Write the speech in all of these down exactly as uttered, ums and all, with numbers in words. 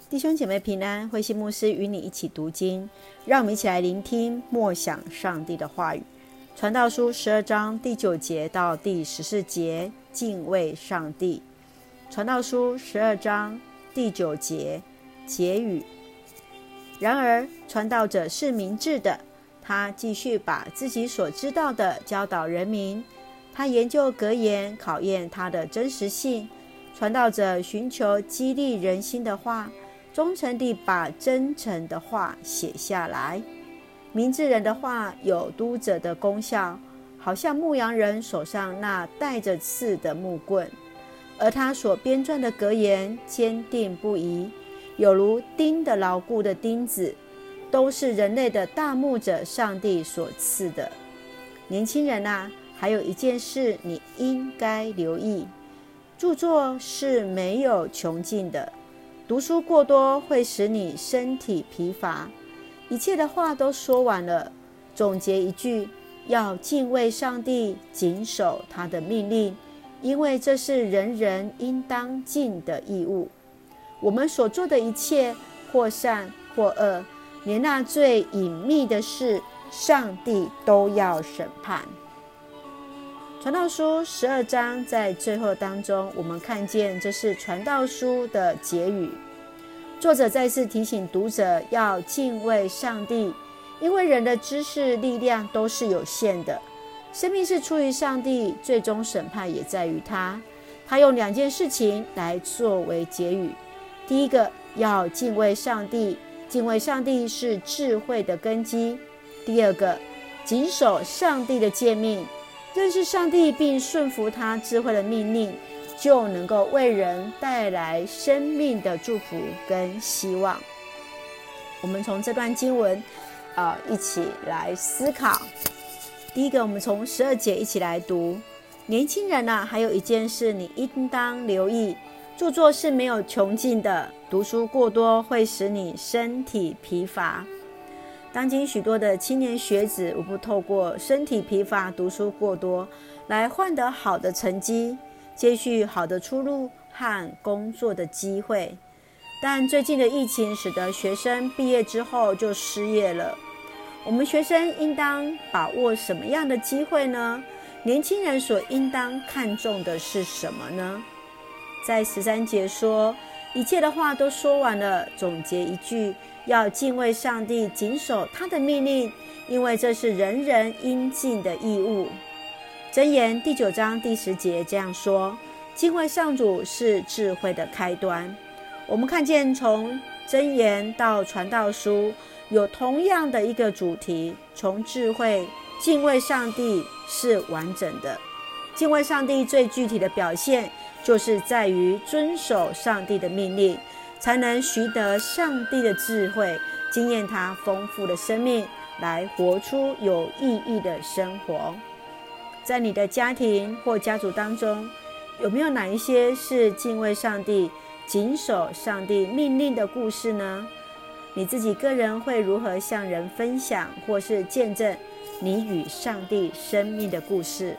弟兄姐妹平安，慧馨牧师与你一起读经，让我们一起来聆听默想上帝的话语。传道书十二章第九节到第十四节，敬畏上帝。传道书十二章第九节，结语。然而传道者是明智的，他继续把自己所知道的教导人民，他研究格言，考验它的真实性。传道者寻求激励人心的话，忠诚地把真诚的话写下来。明智人的话有督者的功效，好像牧羊人手上那带着刺的木棍，而他所编撰的格言坚定不移，有如钉的牢固的钉子，都是人类的大牧者上帝所赐的。年轻人啊，还有一件事你应该留意，著作是没有穷尽的，读书过多会使你身体疲乏。一切的话都说完了，总结一句，要敬畏上帝，谨守他的命令，因为这是人人应当尽的义务。我们所做的一切，或善或恶，连那最隐秘的事，上帝都要审判。传道书十二章在最后当中，我们看见这是传道书的结语。作者再次提醒读者要敬畏上帝，因为人的知识力量都是有限的，生命是出于上帝，最终审判也在于他。他用两件事情来作为结语。第一个，要敬畏上帝，敬畏上帝是智慧的根基。第二个，谨守上帝的诫命，认识上帝并顺服他智慧的命令，就能够为人带来生命的祝福跟希望。我们从这段经文、呃、一起来思考。第一个，我们从十二节一起来读。年轻人啊，还有一件事你应当留意，著作是没有穷尽的，读书过多会使你身体疲乏。当今许多的青年学子无不透过身体疲乏、读书过多来换得好的成绩，接续好的出路和工作的机会。但最近的疫情使得学生毕业之后就失业了。我们学生应当把握什么样的机会呢？年轻人所应当看重的是什么呢？在十三节说，一切的话都说完了，总结一句，要敬畏上帝，谨守他的命令，因为这是人人应尽的义务。箴言第九章第十节这样说，敬畏上主是智慧的开端。我们看见从箴言到传道书有同样的一个主题，从智慧敬畏上帝是完整的。敬畏上帝最具体的表现，就是在于遵守上帝的命令，才能习得上帝的智慧，经验他丰富的生命，来活出有意义的生活。在你的家庭或家族当中，有没有哪一些是敬畏上帝、谨守上帝命令的故事呢？你自己个人会如何向人分享或是见证你与上帝生命的故事？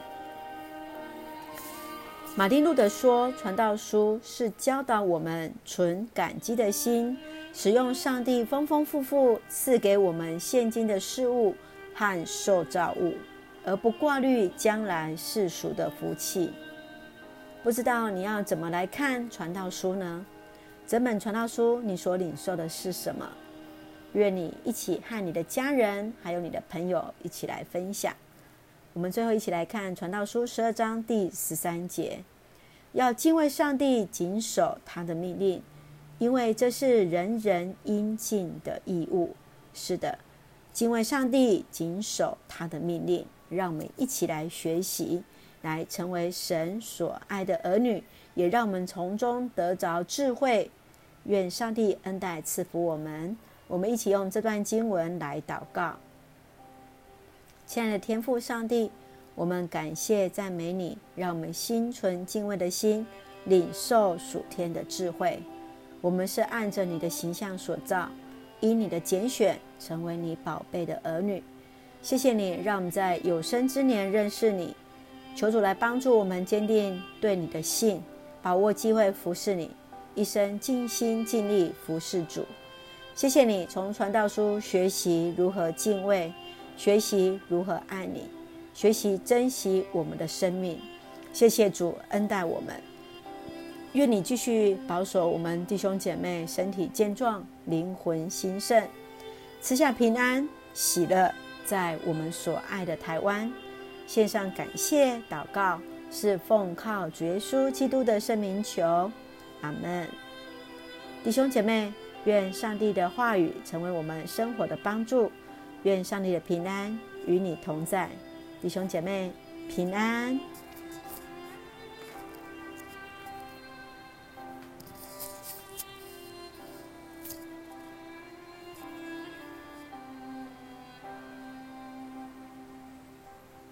马丁路德说，传道书是教导我们存感激的心，使用上帝丰丰富富赐给我们现今的事物和受造物，而不挂虑将来世俗的福气。不知道你要怎么来看传道书呢？整本传道书你所领受的是什么？愿你一起和你的家人还有你的朋友一起来分享。我们最后一起来看传道书十二章第十三节，要敬畏上帝，谨守他的命令，因为这是人人应尽的义务。是的，敬畏上帝，谨守他的命令，让我们一起来学习，来成为神所爱的儿女，也让我们从中得着智慧。愿上帝恩待赐福我们。我们一起用这段经文来祷告。亲爱的天父上帝，我们感谢赞美你，让我们心存敬畏的心，领受属天的智慧。我们是按着你的形象所造，因你的拣选成为你宝贝的儿女。谢谢你让我们在有生之年认识你，求主来帮助我们坚定对你的信，把握机会服侍你。 一生尽心尽力服侍主。谢谢你从传道书学习如何敬畏，学习如何爱你，学习珍惜我们的生命。谢谢主恩待我们，愿你继续保守我们弟兄姐妹身体健壮，灵魂兴盛，赐下平安喜乐在我们所爱的台湾。献上感谢祷告，是奉靠主耶稣基督的圣名求，阿们。弟兄姐妹，愿上帝的话语成为我们生活的帮助，愿上帝的平安与你同在。弟兄姐妹平安。